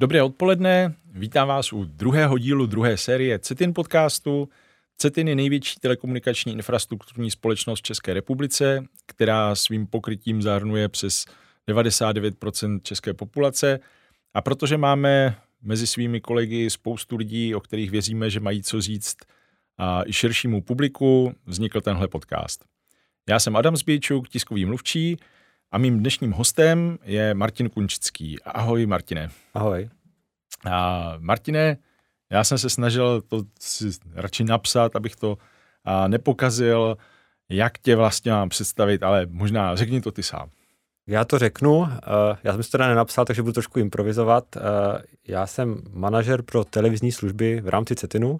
Dobré odpoledne, vítám vás u druhého dílu druhé série CETIN podcastu. CETIN je největší telekomunikační infrastrukturní společnost v České republice, která svým pokrytím zahrnuje přes 99% české populace. A protože máme mezi svými kolegy spoustu lidí, o kterých věříme, že mají co říct a i širšímu publiku, vznikl tenhle podcast. Já jsem Adam Zbějčuk, tiskový mluvčí, a mým dnešním hostem je Martin Kunčický. Ahoj, Martine. Ahoj. A Martine, já jsem se snažil to si radši napsat, abych to nepokazil, jak tě vlastně mám představit, ale možná řekni to ty sám. Já to řeknu, já jsem si to teda nenapsal, takže budu trošku improvizovat. Já jsem manažer pro televizní služby v rámci CETINu.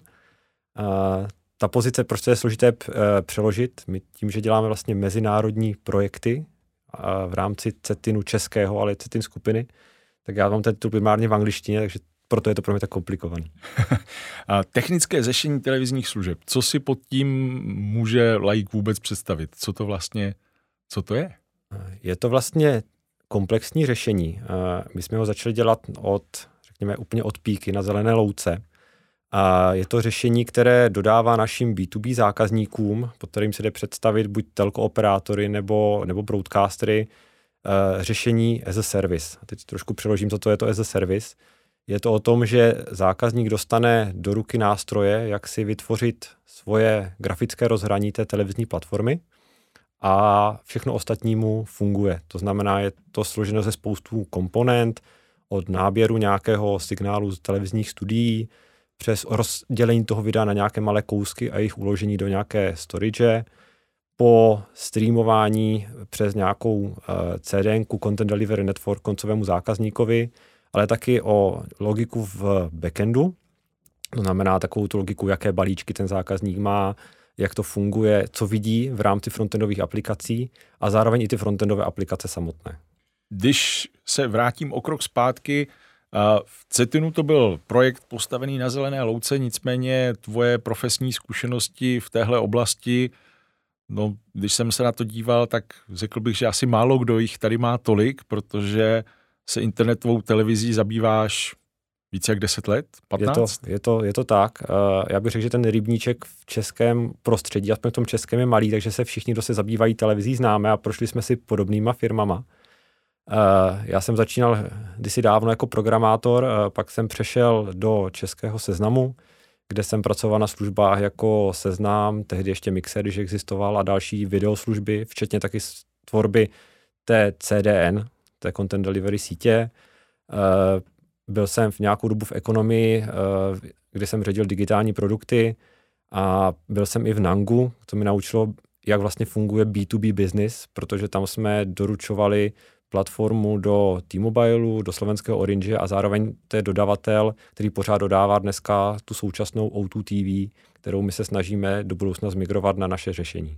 Ta pozice prostě je složité přeložit. My tím, že děláme vlastně mezinárodní projekty v rámci CETINu českého, ale CETIN skupiny, tak já mám ten titul primárně v angličtině, takže proto je to pro mě tak komplikované. Technické řešení televizních služeb. Co si pod tím může laik vůbec představit? Co to je? Je to vlastně komplexní řešení. My jsme ho začali dělat řekněme, úplně od píky na zelené louce. Je to řešení, které dodává našim B2B zákazníkům, pod kterým se jde představit buď telkooperátory nebo broadcastery, řešení as a service. A teď trošku přeložím, co to je to as a service. Je to o tom, že zákazník dostane do ruky nástroje, jak si vytvořit svoje grafické rozhraní té televizní platformy a všechno ostatní mu funguje. To znamená, je to složeno ze spoustu komponent, od náběru nějakého signálu z televizních studií, přes rozdělení toho videa na nějaké malé kousky a jejich uložení do nějaké storage, po streamování přes nějakou CDNku, Content Delivery Network koncovému zákazníkovi, ale taky o logiku v backendu, to znamená takovou tu logiku, jaké balíčky ten zákazník má, jak to funguje, co vidí v rámci frontendových aplikací a zároveň i ty frontendové aplikace samotné. Když se vrátím o krok zpátky, v CETINu to byl projekt postavený na zelené louce, nicméně tvoje profesní zkušenosti v téhle oblasti, no, když jsem se na to díval, tak řekl bych, že asi málo kdo jich tady má tolik, protože se internetovou televizí zabýváš více jak 10 let, 15? Je to tak. Já bych řekl, že ten rybníček v českém prostředí, aspoň v tom českém, je malý, takže se všichni, kdo se zabývají televizí, známe a prošli jsme si podobnýma firmama. Já jsem začínal kdysi dávno jako programátor, pak jsem přešel do českého Seznamu, kde jsem pracoval na službách jako Seznam, tehdy ještě Mixer, když existoval, a další videoslužby, včetně taky tvorby té CDN, té Content Delivery sítě. Byl jsem v nějakou dobu v ekonomii, kde jsem řídil digitální produkty, a byl jsem i v Nangu, co mi naučilo, jak vlastně funguje B2B business, protože tam jsme doručovali platformu do T-Mobileu, do slovenského Orange, a zároveň to je dodavatel, který pořád dodává dneska tu současnou O2 TV, kterou my se snažíme do budoucna zmigrovat na naše řešení.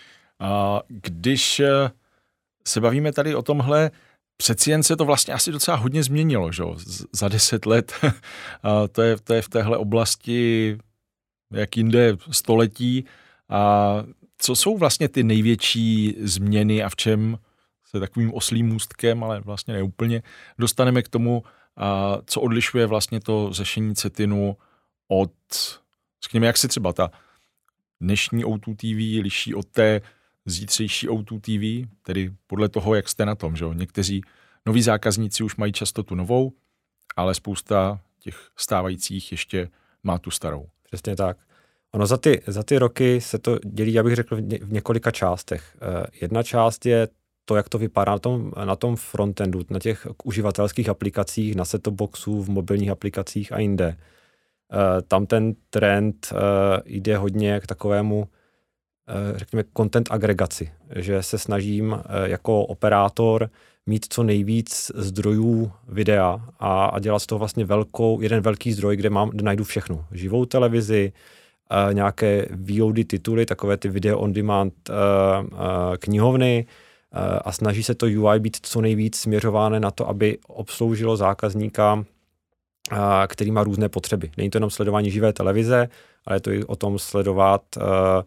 Když se bavíme tady o tomhle, přeci jen se to vlastně asi docela hodně změnilo, že? Za 10 let. To je v téhle oblasti jak jinde století. Co jsou vlastně ty největší změny a v čem se takovým oslím můstkem, ale vlastně neúplně, dostaneme k tomu, co odlišuje vlastně to řešení CETINu od, řekněme, jak se třeba ta dnešní O2 TV liší od té zítřejší O2 TV, tedy podle toho, jak jste na tom, že jo? Někteří noví zákazníci už mají často tu novou, ale spousta těch stávajících ještě má tu starou. Přesně tak. Ono za ty roky se to dělí, já bych řekl, v několika částech. Jedna část je to, jak to vypadá na tom frontendu, na těch uživatelských aplikacích, na set-top boxu, v mobilních aplikacích a jinde. Tam ten trend jde hodně k takovému, řekněme, content agregaci, že se snažím jako operátor mít co nejvíc zdrojů videa a dělat z toho vlastně jeden velký zdroj, kde najdu všechno. Živou televizi, nějaké VOD tituly, takové ty video on demand knihovny, a snaží se to UI být co nejvíc směřováno na to, aby obsloužilo zákazníka, který má různé potřeby. Není to jenom sledování živé televize, ale je to i o tom sledovat,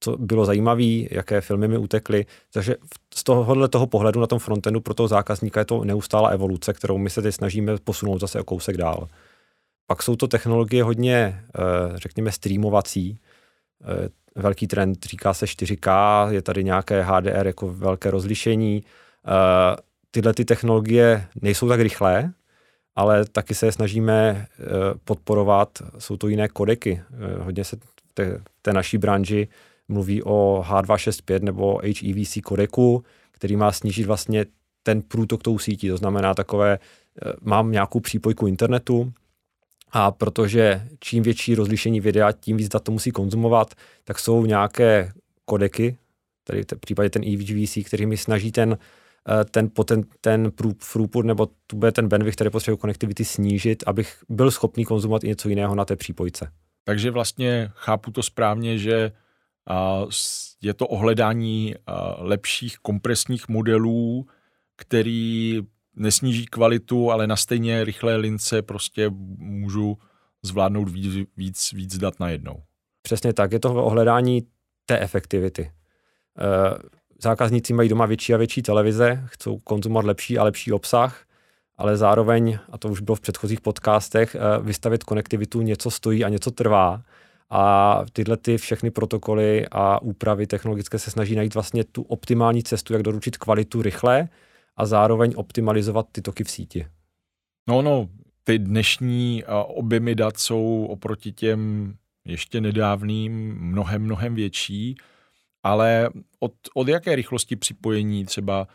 co bylo zajímavé, jaké filmy mi utekly. Takže z toho pohledu na tom frontendu pro toho zákazníka je to neustálá evoluce, kterou my se teď snažíme posunout zase o kousek dál. Pak jsou to technologie hodně, řekněme, streamovací. Velký trend, říká se 4K, je tady nějaké HDR jako velké rozlišení. Tyhle ty technologie nejsou tak rychlé, ale taky se je snažíme podporovat. Jsou to jiné kodeky. Hodně se v té naší branži mluví o H265 nebo HEVC kodeku, který má snížit vlastně ten průtok tou sítí. To znamená takové, mám nějakou přípojku internetu, a protože čím větší rozlišení videa, tím víc dat to musí konzumovat, tak jsou nějaké kodeky, tady v případě ten HEVC, který mi snaží ten throughput nebo ten bandwidth, který potřebuje konektivity snížit, abych byl schopný konzumovat i něco jiného na té přípojce. Takže vlastně chápu to správně, že je to ohledání lepších kompresních modelů, který nesníží kvalitu, ale na stejně rychlé lince prostě můžu zvládnout víc dat najednou. Přesně tak, je to ohledání té efektivity. Zákazníci mají doma větší a větší televize, chcou konzumovat lepší a lepší obsah, ale zároveň, a to už bylo v předchozích podcastech, vystavit konektivitu něco stojí a něco trvá. A tyhle ty všechny protokoly a úpravy technologické se snaží najít vlastně tu optimální cestu, jak doručit kvalitu rychle a zároveň optimalizovat ty toky v síti. No, ty dnešní objemy dat jsou oproti těm ještě nedávným mnohem větší, ale od jaké rychlosti připojení třeba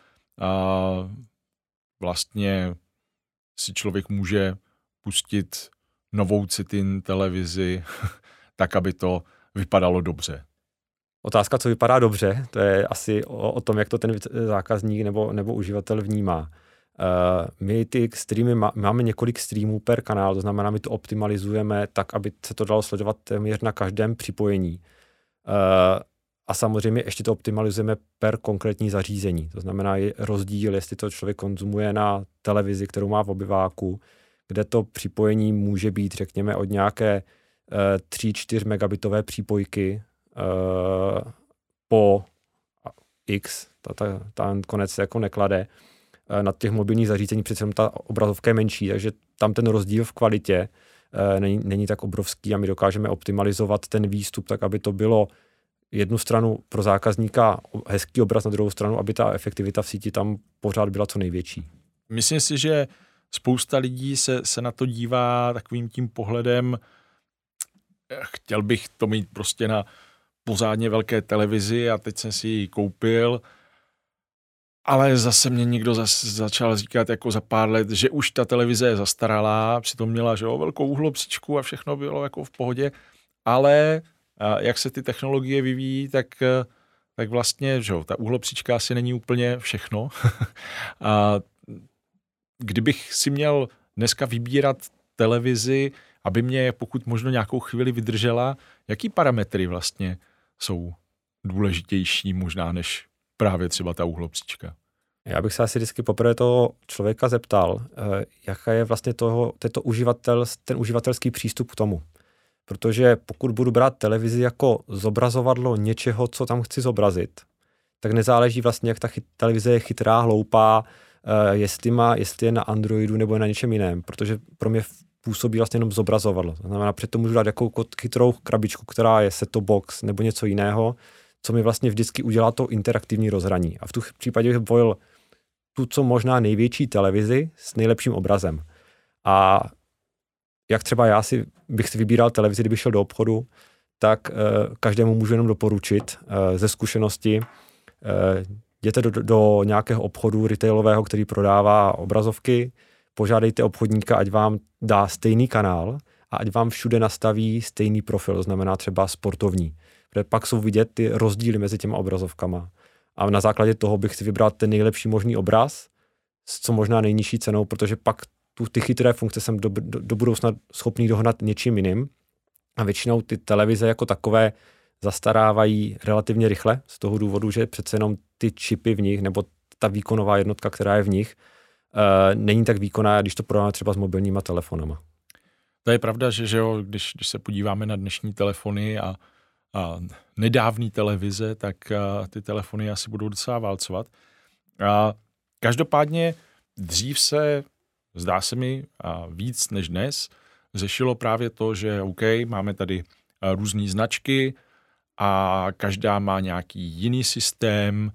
vlastně si člověk může pustit novou Citin televizi tak, aby to vypadalo dobře? Otázka, co vypadá dobře, to je asi o tom, jak to ten zákazník nebo uživatel vnímá. My ty streamy máme několik streamů per kanál, to znamená, my to optimalizujeme tak, aby se to dalo sledovat téměř na každém připojení. A samozřejmě ještě to optimalizujeme per konkrétní zařízení. To znamená, je rozdíl, jestli to člověk konzumuje na televizi, kterou má v obyváku, kde to připojení může být, řekněme, od nějaké 3-4 megabitové přípojky po X, ten konec se jako neklade. Na těch mobilních zařízení přece ta obrazovka je menší, takže tam ten rozdíl v kvalitě není tak obrovský a my dokážeme optimalizovat ten výstup tak, aby to bylo jednu stranu pro zákazníka hezký obraz, na druhou stranu, aby ta efektivita v síti tam pořád byla co největší. Myslím si, že spousta lidí se na to dívá takovým tím pohledem, chtěl bych to mít prostě na pořádně velké televizi a teď jsem si ji koupil, ale zase mě někdo začal říkat jako za pár let, že už ta televize je zastaralá, přitom měla velkou úhlopříčku a všechno bylo jako v pohodě, ale jak se ty technologie vyvíjí, tak vlastně ta úhlopříčka asi není úplně všechno. A kdybych si měl dneska vybírat televizi, aby mě pokud možno nějakou chvíli vydržela, jaký parametry vlastně jsou důležitější možná než právě třeba ta úhlopříčka? Já bych se asi vždycky poprvé toho člověka zeptal, jaká je vlastně ten uživatelský přístup k tomu. Protože pokud budu brát televizi jako zobrazovadlo něčeho, co tam chci zobrazit, tak nezáleží vlastně, jak ta televize je chytrá, hloupá, jestli je na Androidu nebo na něčem jiném, protože pro mě působí vlastně jenom zobrazovadlo. To znamená, před to můžu dát jakou chytrou krabičku, která je set-top box nebo něco jiného, co mi vlastně vždycky udělá to interaktivní rozhraní. A v tu případě bych volil tu, co možná největší televizi s nejlepším obrazem. A jak třeba bych si vybíral televizi, kdybych šel do obchodu, tak každému můžu jenom doporučit ze zkušenosti. Jděte do nějakého obchodu retailového, který prodává obrazovky, požádejte obchodníka, ať vám dá stejný kanál a ať vám všude nastaví stejný profil, to znamená třeba sportovní. Protože pak jsou vidět ty rozdíly mezi těma obrazovkama. A na základě toho bych si vybral ten nejlepší možný obraz s co možná nejnižší cenou, protože pak ty chytré funkce jsem do budoucna schopný dohnat něčím jiným. A většinou ty televize jako takové zastarávají relativně rychle z toho důvodu, že přece jenom ty čipy v nich nebo ta výkonová jednotka, která je v nich, není tak výkonná, když to porovnáme třeba s mobilníma telefonama. To je pravda, že když se podíváme na dnešní telefony a nedávné televize, tak ty telefony asi budou docela válcovat. Každopádně dřív se, zdá se mi, víc než dnes, řešilo právě to, že OK, máme tady různé značky a každá má nějaký jiný systém,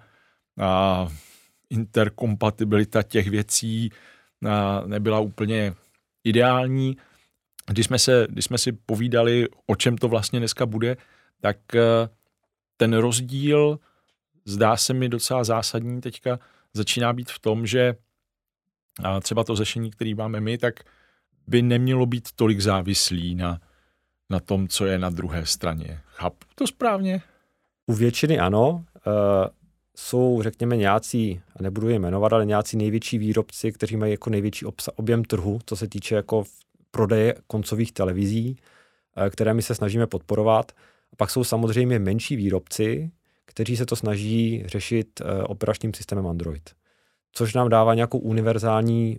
interkompatibilita těch věcí nebyla úplně ideální. Když jsme si povídali, o čem to vlastně dneska bude, tak ten rozdíl, zdá se mi docela zásadní teďka, začíná být v tom, že třeba to řešení, které máme my, tak by nemělo být tolik závislý na tom, co je na druhé straně. Chápu to správně? U většiny ano. Jsou, řekněme, nějací, a nebudu je jmenovat, ale nějací největší výrobci, kteří mají jako největší objem trhu, co se týče jako prodeje koncových televizí, které my se snažíme podporovat. A pak jsou samozřejmě menší výrobci, kteří se to snaží řešit operačním systémem Android, což nám dává nějakou univerzální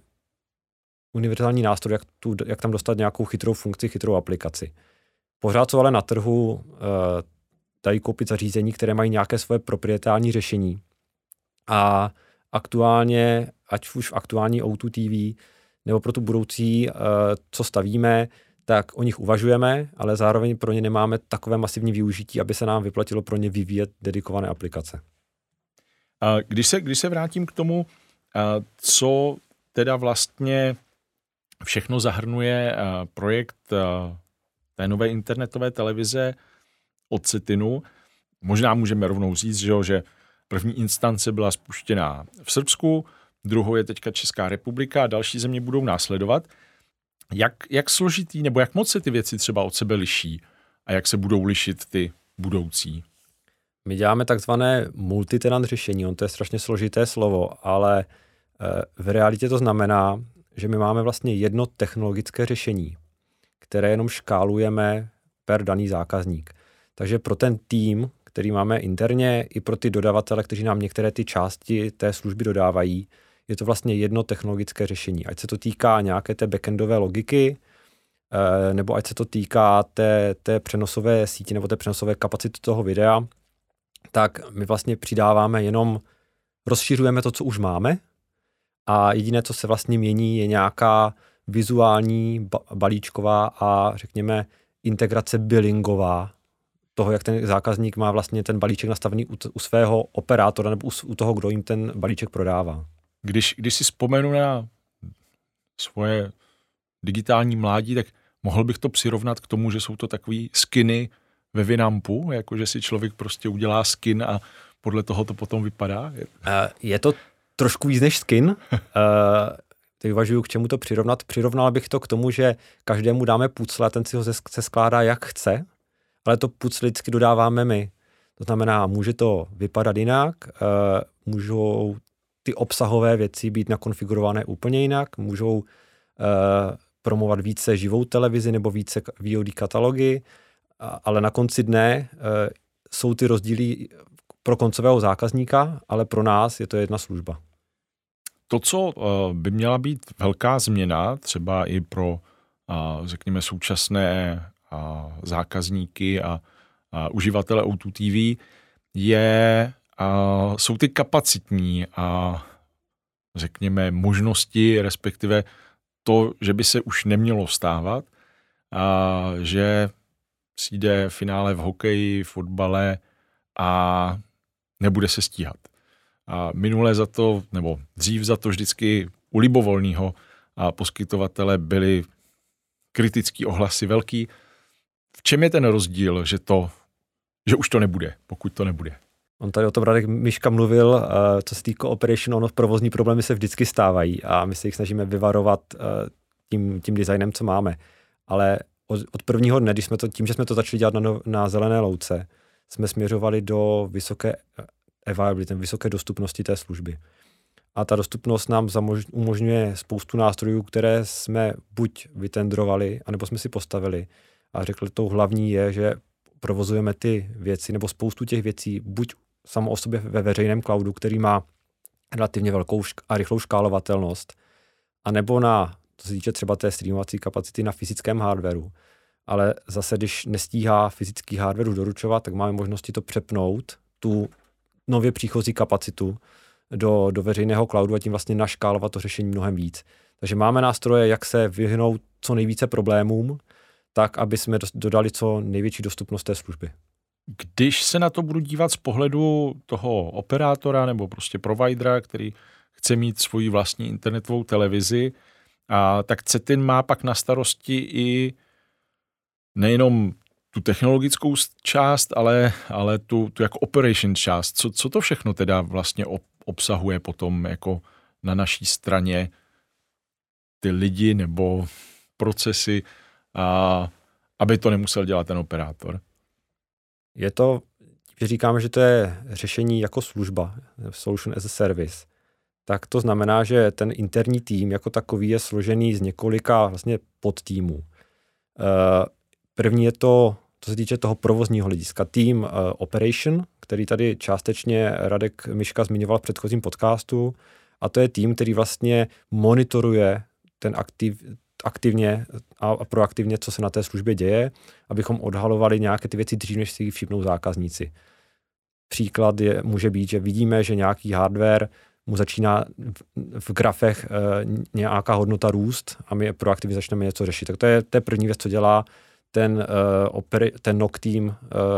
nástroj, jak tam dostat nějakou chytrou funkci, chytrou aplikaci. Pořád jsou ale na trhu dají koupit zařízení, které mají nějaké svoje proprietární řešení. A aktuálně, ať už v aktuální O2 TV, nebo pro tu budoucí, co stavíme, tak o nich uvažujeme, ale zároveň pro ně nemáme takové masivní využití, aby se nám vyplatilo pro ně vyvíjet dedikované aplikace. Když se vrátím k tomu, co teda vlastně všechno zahrnuje projekt té nové internetové televize od Cetinu, možná můžeme rovnou říct, že první instance byla spuštěná v Srbsku, druhou je teďka Česká republika a další země budou následovat. Jak složitý nebo jak moc se ty věci třeba od sebe liší a jak se budou lišit ty budoucí? My děláme takzvané multitenant řešení, to je strašně složité slovo, ale v realitě to znamená, že my máme vlastně jedno technologické řešení, které jenom škálujeme per daný zákazník. Takže pro ten tým, který máme interně, i pro ty dodavatele, kteří nám některé ty části té služby dodávají, je to vlastně jedno technologické řešení. Ať se to týká nějaké té backendové logiky, nebo ať se to týká té přenosové sítě nebo té přenosové kapacity toho videa, tak my vlastně přidáváme jenom, rozšiřujeme to, co už máme, a jediné, co se vlastně mění, je nějaká vizuální, balíčková a řekněme integrace billingová toho, jak ten zákazník má vlastně ten balíček nastavený u svého operátora nebo u toho, kdo jim ten balíček prodává. Když si vzpomenu na svoje digitální mládí, tak mohl bych to přirovnat k tomu, že jsou to takový skiny ve Winampu, jakože si člověk prostě udělá skin a podle toho to potom vypadá? Je to trošku víc než skin. Teď uvažuju, k čemu to přirovnat. Přirovnal bych to k tomu, že každému dáme pucle a ten si ho se skládá jak chce, ale to pucle vždycky dodáváme my. To znamená, může to vypadat jinak, můžou ty obsahové věci být nakonfigurované úplně jinak, můžou promovat více živou televizi nebo více VOD katalogy, ale na konci dne jsou ty rozdíly pro koncového zákazníka, ale pro nás je to jedna služba. To, co by měla být velká změna, třeba i pro, řekněme, současné zákazníky a uživatele O2 TV, jsou ty kapacitní řekněme, možnosti, respektive to, že by se už nemělo stávat, že přijde finále v hokeji, fotbale a nebude se stíhat. A minule za to, nebo dřív za to vždycky u libovolného poskytovatele byly kritický ohlasy velký. V čem je ten rozdíl, že už to nebude, pokud to nebude? On tady o tom Radek Miška mluvil, co se týká operation, provozní problémy se vždycky stávají a my se jich snažíme vyvarovat tím designem, co máme. Ale od prvního dne, tím, že jsme to začali dělat na zelené louce, jsme směřovali do vysoké availability, vysoké dostupnosti té služby. A ta dostupnost nám umožňuje spoustu nástrojů, které jsme buď vytendrovali, anebo jsme si postavili. A řekli, tou hlavní je, že provozujeme ty věci, nebo spoustu těch věcí, buď samo o sobě ve veřejném cloudu, který má relativně velkou a rychlou škálovatelnost, anebo to se týče třeba té streamovací kapacity na fyzickém hardwareu. ale zase, když nestíhá fyzický hardware doručovat, tak máme možnosti to přepnout, tu nově příchozí kapacitu do veřejného cloudu a tím vlastně naškálovat to řešení mnohem víc. Takže máme nástroje, jak se vyhnout co nejvíce problémům, tak, aby jsme dodali co největší dostupnost té služby. Když se na to budu dívat z pohledu toho operátora nebo prostě providera, který chce mít svoji vlastní internetovou televizi, tak Cetin má pak na starosti i nejenom tu technologickou část, ale tu jako operation část. Co to všechno teda vlastně obsahuje potom jako na naší straně ty lidi nebo procesy, aby to nemusel dělat ten operátor? Je to, když říkáme, že to je řešení jako služba, solution as a service, tak to znamená, že ten interní tým jako takový je složený z několika vlastně podtýmů. První je to, co se týče toho provozního hlediska, tým operation, který tady částečně Radek Miška zmiňoval v předchozím podcastu, a to je tým, který vlastně monitoruje ten aktivně a proaktivně, co se na té službě děje, abychom odhalovali nějaké ty věci dřív, než si všimnou zákazníci. Příklad může být, že vidíme, že nějaký hardware mu začíná v grafech nějaká hodnota růst a my proaktivně začneme něco řešit. Tak to je první věc, co dělá ten NOC tým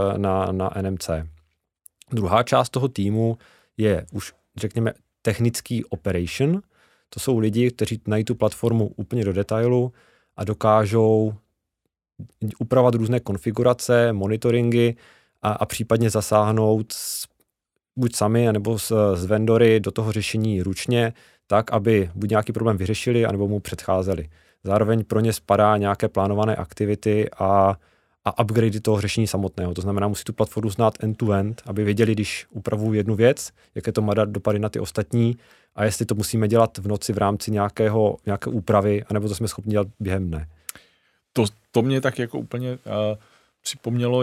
na NMC. Druhá část toho týmu je už, řekněme, technický operation. To jsou lidi, kteří znají tu platformu úplně do detailu a dokážou upravovat různé konfigurace, monitoringy a případně zasáhnout buď sami, nebo s vendory do toho řešení ručně, tak, aby buď nějaký problém vyřešili, anebo mu předcházeli. Zároveň pro ně spadá nějaké plánované aktivity a upgradey toho řešení samotného. To znamená, musí tu platformu znát end-to-end, aby věděli, když upravují jednu věc, jaké to má dát dopady na ty ostatní a jestli to musíme dělat v noci v rámci nějaké úpravy, anebo to jsme schopni dělat během dne. To mě tak jako úplně připomnělo,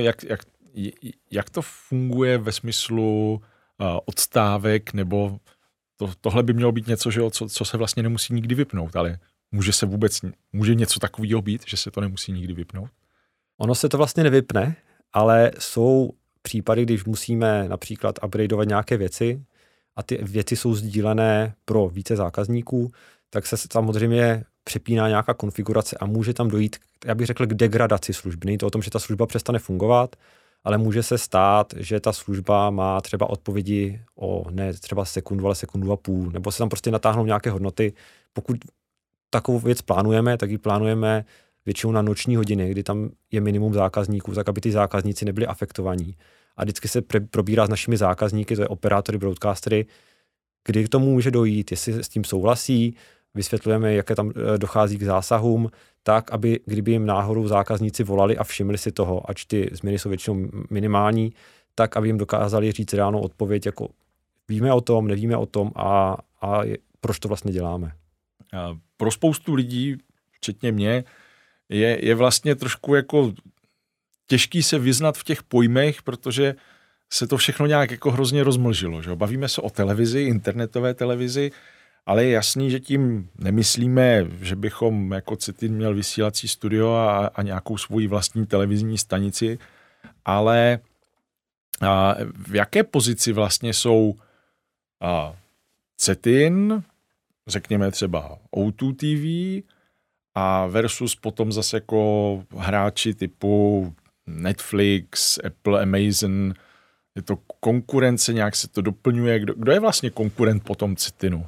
jak to funguje ve smyslu odstávek, nebo tohle by mělo být něco, že co se vlastně nemusí nikdy vypnout, ale může něco takového být, že se to nemusí nikdy vypnout? Ono se to vlastně nevypne, ale jsou případy, když musíme například upgradeovat nějaké věci a ty věci jsou sdílené pro více zákazníků, tak se samozřejmě přepíná nějaká konfigurace a může tam dojít, já bych řekl, k degradaci služby. Není to o tom, že ta služba přestane fungovat, ale může se stát, že ta služba má třeba odpovědi o ne třeba sekundu, ale sekundu a půl, nebo se tam prostě natáhnou nějaké hodnoty. Pokud takovou věc plánujeme, tak ji plánujeme většinou na noční hodiny, kdy tam je minimum zákazníků, tak aby ty zákazníci nebyli afektovaní. A vždycky se probírá s našimi zákazníky, to je operátory, broadcastery, kdy k tomu může dojít, jestli s tím souhlasí, vysvětlujeme, jaké tam dochází k zásahům, tak, aby kdyby jim náhodou zákazníci volali a všimli si toho, ač ty změny jsou většinou minimální, tak, aby jim dokázali říct reálnou odpověď, jako víme o tom, nevíme o tom a proč to vlastně děláme. Pro spoustu lidí, včetně mě, je vlastně trošku jako těžký se vyznat v těch pojmech, protože se to všechno nějak jako hrozně rozmlžilo. Že? Bavíme se o televizi, internetové televizi, ale je jasný, že tím nemyslíme, že bychom jako Cetin měl vysílací studio a nějakou svoji vlastní televizní stanici, ale v jaké pozici vlastně jsou Cetin, řekněme třeba O2 TV a versus potom zase jako hráči typu Netflix, Apple, Amazon. Je to konkurence, nějak se to doplňuje. Kdo je vlastně konkurent potom Cetinu?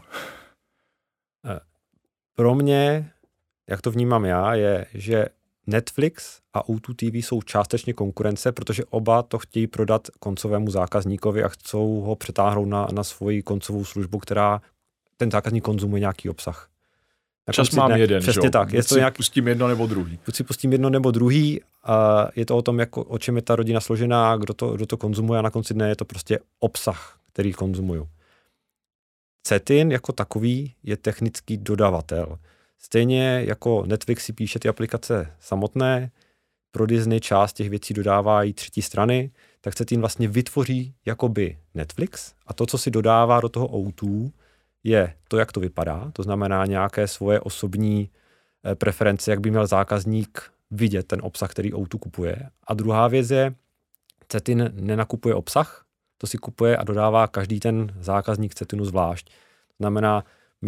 Pro mě, jak to vnímám já, je, že Netflix a O2 TV jsou částečně konkurence, protože oba to chtějí prodat koncovému zákazníkovi a chcou ho přetáhnout na svoji koncovou službu, která ten zákazník konzumuje nějaký obsah. Čas mám jeden, přesně tak. Buď si pustím jedno nebo druhý. Buď si pustím jedno nebo druhý a je to o tom, o čem je ta rodina složená, kdo to konzumuje a na konci dne je to prostě obsah, který konzumuju. Cetin jako takový je technický dodavatel. Stejně jako Netflix si píše ty aplikace samotné, pro Disney část těch věcí dodávají třetí strany, tak Cetin vlastně vytvoří jakoby Netflix a to, co si dodává do toho O2, je to, jak to vypadá, to znamená nějaké svoje osobní preference, jak by měl zákazník vidět ten obsah, který O2 kupuje. A druhá věc je, Cetin nenakupuje obsah, to si kupuje a dodává každý ten zákazník Cetinu zvlášť. Znamená,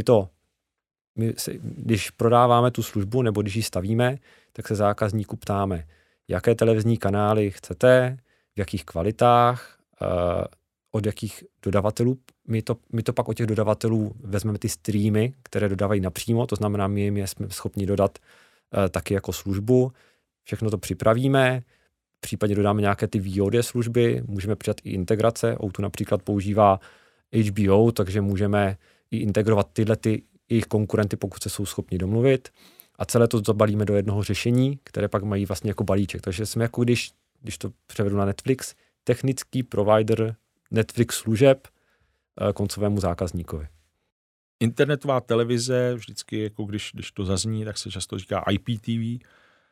když prodáváme tu službu nebo když ji stavíme, tak se zákazníků ptáme, jaké televizní kanály chcete, v jakých kvalitách, od jakých dodavatelů. My to pak od těch dodavatelů vezmeme ty streamy, které dodávají napřímo, to znamená, my jim je jsme schopni dodat taky jako službu. Všechno to připravíme, případně dodáme nějaké ty VOD služby, můžeme přidat i integrace. O2 například používá HBO, takže můžeme i integrovat tyhle jejich konkurenty, pokud se jsou schopni domluvit. A celé to zabalíme do jednoho řešení, které pak mají vlastně jako balíček. Takže jsme jako když to převedu na Netflix, technický provider Netflix služeb koncovému zákazníkovi. Internetová televize, vždycky jako když to zazní, tak se často říká IPTV,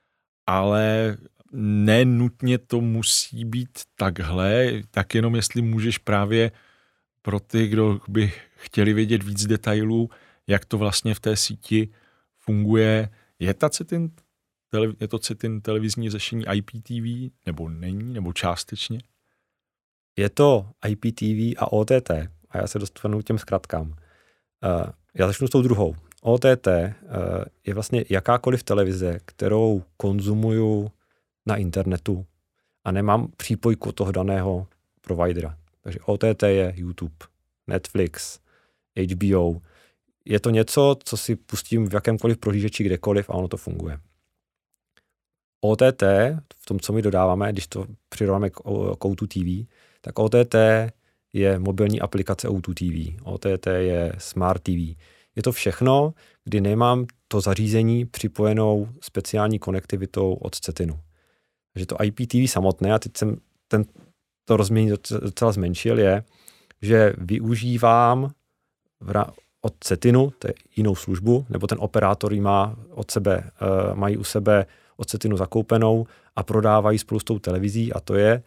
ale nenutně to musí být takhle, tak jenom jestli můžeš právě pro ty, kdo by chtěli vědět víc detailů, jak to vlastně v té síti funguje. Je to Cetin televizní řešení IPTV, nebo není, nebo částečně? Je to IPTV a OTT a já se dostanu k těm zkratkám. Já začnu s tou druhou. OTT je vlastně jakákoliv televize, kterou konzumuju na internetu a nemám přípojku toho daného providera. Takže OTT je YouTube, Netflix, HBO. Je to něco, co si pustím v jakémkoliv prohlížeči kdekoliv a ono to funguje. OTT, v tom, co my dodáváme, když to přidáváme k O2 TV, tak OTT je mobilní aplikace O2 TV. OTT je Smart TV. Je to všechno, kdy nemám to zařízení připojenou speciální konektivitou od Cetinu. Takže to IPTV samotné, a teď jsem to rozmění docela zmenšil, je, že využívám od Cetinu, to je jinou službu, nebo ten operátor ji mají u sebe od Cetinu zakoupenou a prodávají spolu s tou televizí a to je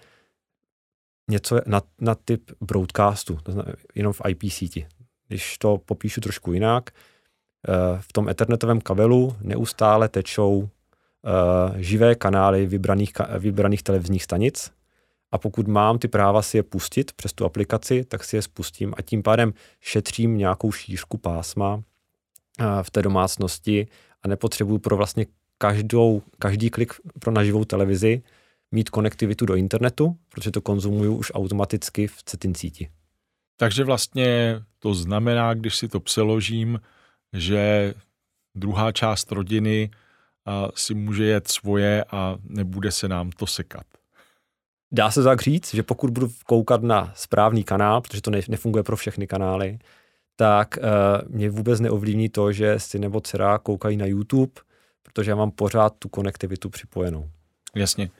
něco na typ broadcastu, to znamená jenom v IP síti. Když to popíšu trošku jinak, v tom ethernetovém kabelu neustále tečou živé kanály vybraných televizních stanic a pokud mám ty práva si je pustit přes tu aplikaci, tak si je spustím a tím pádem šetřím nějakou šířku pásma v té domácnosti a nepotřebuju pro vlastně každý klik pro naživou televizi mít konektivitu do internetu, protože to konzumuju už automaticky v Cetin síti. Takže vlastně to znamená, když si to přeložím, že druhá část rodiny si může jet svoje a nebude se nám to sekat. Dá se tak říct, že pokud budu koukat na správný kanál, protože to nefunguje pro všechny kanály, tak mě vůbec neovlivní to, že si nebo dcera koukají na YouTube, protože já mám pořád tu konektivitu připojenou. Jasně.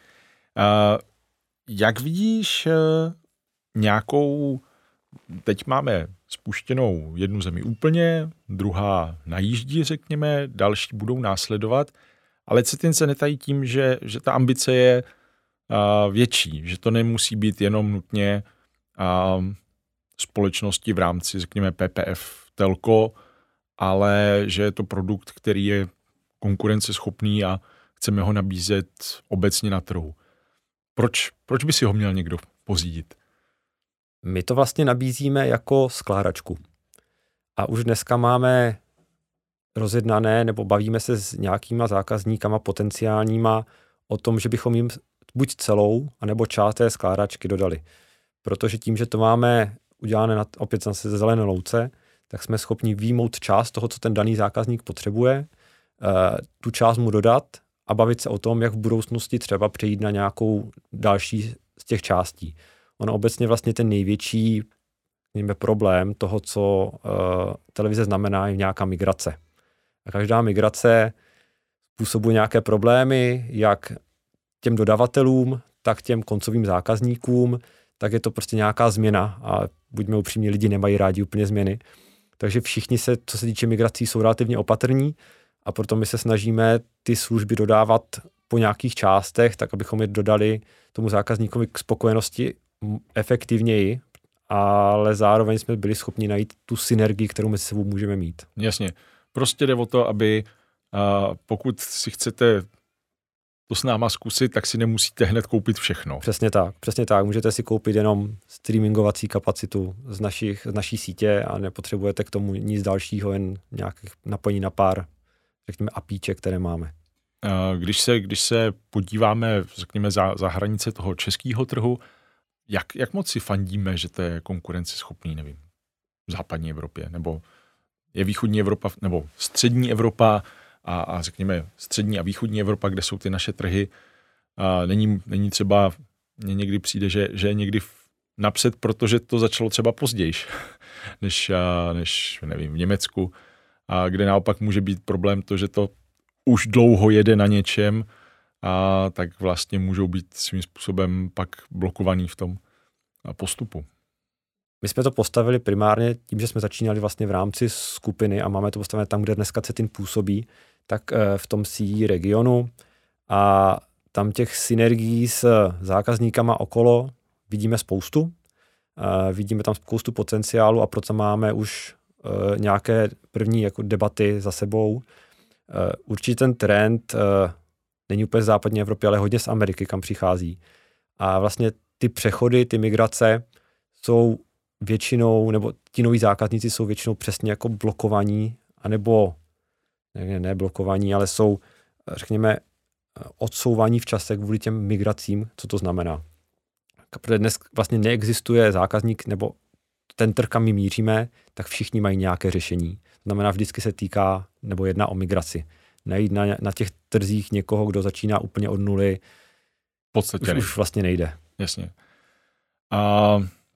Jak vidíš nějakou, teď máme spuštěnou jednu zemi úplně, druhá najíždí, řekněme, další budou následovat, ale Cetin se netají tím, že ta ambice je větší, že to nemusí být jenom nutně společnosti v rámci, řekněme, PPF telko, ale že je to produkt, který je konkurenceschopný a chceme ho nabízet obecně na trhu. Proč by si ho měl někdo pořídit? My to vlastně nabízíme jako skládačku. A už dneska máme rozjednané, nebo bavíme se s nějakýma zákazníkama potenciálníma o tom, že bychom jim buď celou, anebo část té skládačky dodali. Protože tím, že to máme udělané opět zase ze zelené louce, tak jsme schopni výjmout část toho, co ten daný zákazník potřebuje, tu část mu dodat a bavit se o tom, jak v budoucnosti třeba přejít na nějakou další z těch částí. Ono obecně vlastně ten největší problém toho, co televize znamená, je nějaká migrace. A každá migrace způsobuje nějaké problémy, jak těm dodavatelům, tak těm koncovým zákazníkům, tak je to prostě nějaká změna a buďme upřímní, lidi nemají rádi úplně změny. Takže všichni co se týče migrací, jsou relativně opatrní a proto my se snažíme ty služby dodávat po nějakých částech, tak abychom je dodali tomu zákazníkovi k spokojenosti efektivněji, ale zároveň jsme byli schopni najít tu synergii, kterou mezi sebou můžeme mít. Jasně. Prostě jde o to, aby pokud si chcete to s náma zkusit, tak si nemusíte hned koupit všechno. Přesně tak. Můžete si koupit jenom streamingovací kapacitu z naší sítě a nepotřebujete k tomu nic dalšího, jen nějaké napojení na pár, řekněme, apíček, které máme. Když se podíváme, řekněme, za hranice toho českého trhu, jak moc si fandíme, že to je konkurenceschopný, nevím, v západní Evropě, nebo je východní Evropa, nebo střední Evropa a řekněme střední a východní Evropa, kde jsou ty naše trhy, není třeba, mně někdy přijde, že je někdy napřed, protože to začalo třeba později, než nevím, v Německu, a kde naopak může být problém to, že to už dlouho jede na něčem, a tak vlastně můžou být svým způsobem pak blokovaný v tom postupu. My jsme to postavili primárně tím, že jsme začínali vlastně v rámci skupiny a máme to postavené tam, kde dneska Cetin působí, tak v tom CE regionu, a tam těch synergií s zákazníkama okolo vidíme spoustu. Vidíme tam spoustu potenciálu a proto máme už nějaké první jako debaty za sebou. Určitě ten trend není úplně z západní Evropy, ale hodně z Ameriky, kam přichází. A vlastně ty přechody, ty migrace jsou většinou, nebo ti noví zákazníci jsou většinou přesně jako blokovaní, anebo ne blokovaní, ale jsou, řekněme, odsouvání v čase kvůli těm migracím. Co to znamená? Protože dnes vlastně neexistuje zákazník, nebo ten trh, kam my míříme, tak všichni mají nějaké řešení. To znamená, vždycky se týká, nebo jedná o migraci. Najít na těch trzích někoho, kdo začíná úplně od nuly, už vlastně nejde. Jasně. A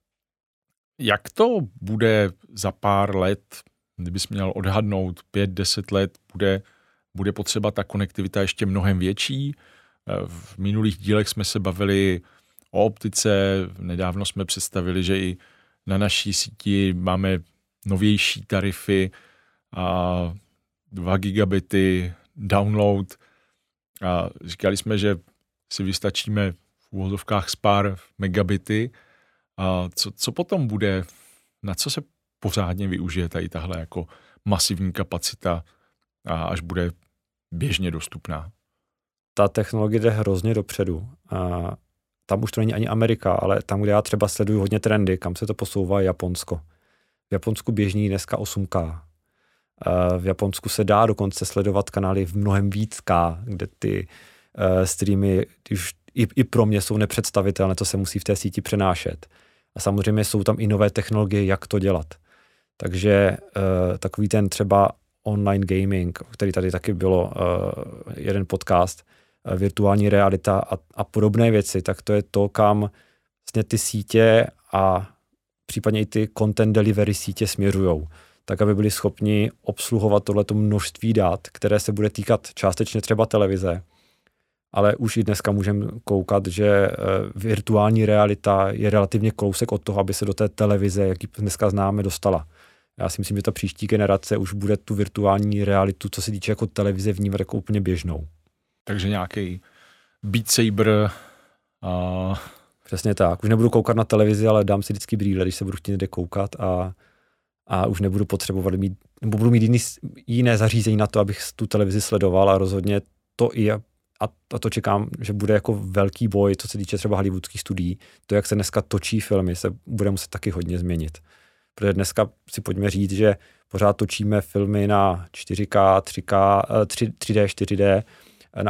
jak to bude za pár let, kdybys měl odhadnout 5-10 let, bude potřeba ta konektivita ještě mnohem větší? V minulých dílech jsme se bavili o optice, nedávno jsme představili, že i na naší síti máme novější tarify a 2 gigabity download. A říkali jsme, že si vystačíme v uvozovkách z pár megabity. A co potom bude, na co se pořádně využije tady tahle jako masivní kapacita, a až bude běžně dostupná? Ta technologie jde hrozně dopředu. A tam už to není ani Amerika, ale tam, kde já třeba sleduju hodně trendy, kam se to posouvá, je Japonsko. V Japonsku běžní dneska 8K. V Japonsku se dá dokonce sledovat kanály v mnohem víc K, kde ty streamy už i pro mě jsou nepředstavitelné, to se musí v té síti přenášet. A samozřejmě jsou tam i nové technologie, jak to dělat. Takže takový ten třeba online gaming, který tady taky bylo jeden podcast, virtuální realita a podobné věci, tak to je to, kam vlastně ty sítě a případně i ty content delivery sítě směřujou. Tak, aby byli schopni obsluhovat tohleto množství dat, které se bude týkat částečně třeba televize, ale už i dneska můžeme koukat, že virtuální realita je relativně kousek od toho, aby se do té televize, jak ji dneska známe, dostala. Já si myslím, že ta příští generace už bude tu virtuální realitu, co se týče jako televize, vnímat jako úplně běžnou. Takže nějaký Beat Saber. Přesně tak. Už nebudu koukat na televizi, ale dám si vždycky brýle, když se budu chtít někde koukat a už nebudu potřebovat mít, nebo budu mít jiné zařízení na to, abych tu televizi sledoval, a rozhodně to i a to čekám, že bude jako velký boj, co se týče třeba hollywoodských studií. To, jak se dneska točí filmy, se bude muset taky hodně změnit. Protože dneska si pojďme říct, že pořád točíme filmy na 4K, 3D, 4D, na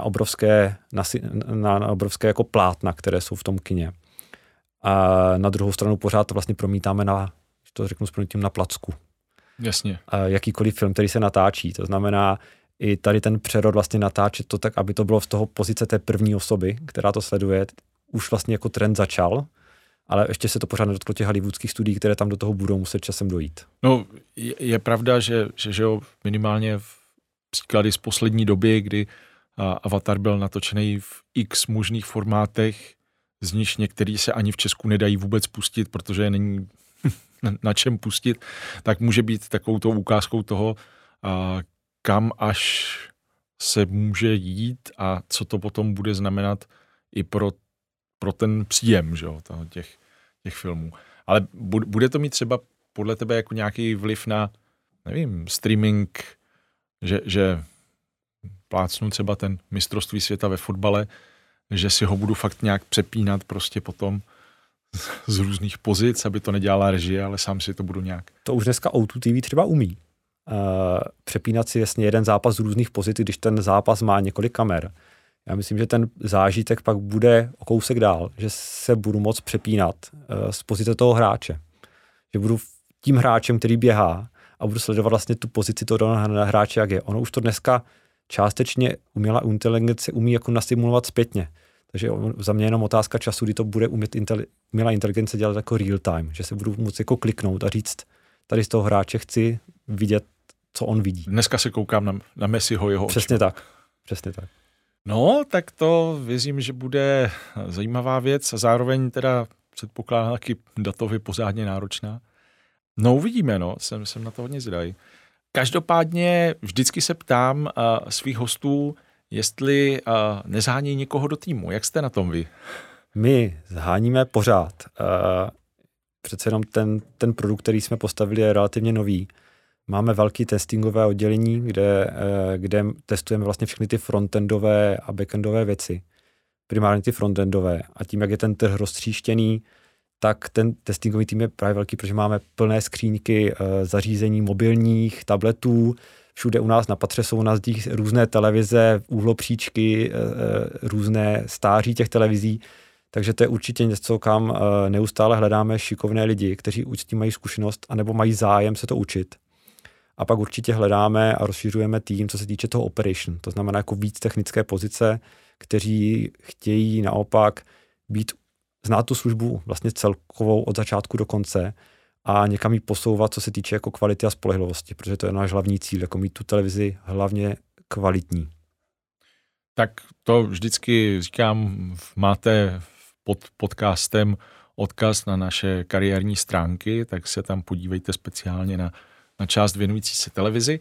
obrovské jako plátna, které jsou v tom kině. A na druhou stranu pořád vlastně promítáme to řeknu na placku. Jasně. Jakýkoliv film, který se natáčí. To znamená, i tady ten přerod vlastně natáčet to tak, aby to bylo z toho pozice té první osoby, která to sleduje, už vlastně jako trend začal, ale ještě se to pořád nedotklo těch hollywoodských studií, které tam do toho budou muset časem dojít. No, je pravda, že minimálně v příklady z poslední doby, kdy Avatar byl natočený v x možných formátech, z nich některý se ani v Česku nedají vůbec pustit, protože není na čem pustit, tak může být takovou ukázkou toho, kam až se může jít a co to potom bude znamenat i pro ten příjem, že jo, těch filmů. Ale bude to mít třeba podle tebe jako nějaký vliv na, nevím, streaming, že plácnu třeba ten mistrovství světa ve fotbale, že si ho budu fakt nějak přepínat prostě potom z různých pozic, aby to nedělala režie, ale sám si to budu nějak. To už dneska O2 TV třeba umí. Přepínat si jasně jeden zápas z různých pozic, když ten zápas má několik kamer. Já myslím, že ten zážitek pak bude o kousek dál, že se budu moct přepínat z pozice toho hráče. Že budu tím hráčem, který běhá a budu sledovat vlastně tu pozici toho hráče, jak je. Ono už to dneska částečně umělá inteligence umí jako nasimulovat zpětně. Takže za mě jenom otázka času, kdy to bude umět umělá inteligence dělat jako real time, že se budu moct jako kliknout a říct, tady z toho hráče chci vidět, co on vidí. Dneska se koukám na Messiho, jeho Přesně tak. Přesně tak. No, tak to věřím, že bude zajímavá věc a zároveň teda předpokládám taky datově pořádně náročná. No uvidíme, no, jsem na to hodně zvědavý. Každopádně vždycky se ptám svých hostů, jestli nezhání někoho do týmu. Jak jste na tom vy? My zháníme pořád. Přece jenom ten produkt, který jsme postavili, je relativně nový. Máme velké testingové oddělení, kde testujeme vlastně všechny ty frontendové a backendové věci. Primárně ty frontendové. A tím, jak je ten trh roztříštěný, tak ten testingový tým je právě velký, protože máme plné skříňky zařízení mobilních, tabletů. Všude u nás na patře jsou na zdích různé televize, úhlopříčky, různé stáří těch televizí. Takže to je určitě něco, kam neustále hledáme šikovné lidi, kteří už s tím mají zkušenost anebo mají zájem se to učit. A pak určitě hledáme a rozšiřujeme tým, co se týče toho operation. To znamená jako víc technické pozice, kteří chtějí naopak znát tu službu vlastně celkovou od začátku do konce a někam ji posouvat, co se týče jako kvality a spolehlivosti, protože to je náš hlavní cíl, jako mít tu televizi hlavně kvalitní. Tak to vždycky říkám, máte pod podcastem odkaz na naše kariérní stránky, tak se tam podívejte speciálně na část věnující se televizi.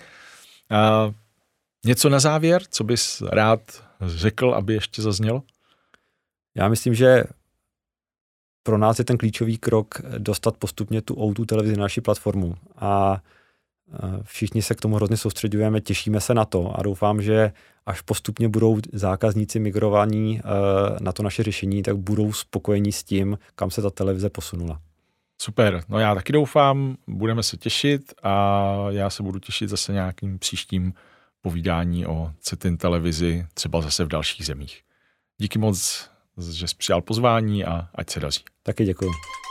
Něco na závěr, co bys rád řekl, aby ještě zaznělo? Já myslím, že pro nás je ten klíčový krok dostat postupně tu O2 televizi na naši platformu a všichni se k tomu hrozně soustředujeme, těšíme se na to a doufám, že až postupně budou zákazníci migrovaní na to naše řešení, tak budou spokojení s tím, kam se ta televize posunula. Super, no já taky doufám, budeme se těšit a já se budu těšit zase nějakým příštím povídání o CETIN televizi, třeba zase v dalších zemích. Díky moc, že jsi přijal pozvání a ať se daří. Taky děkuji.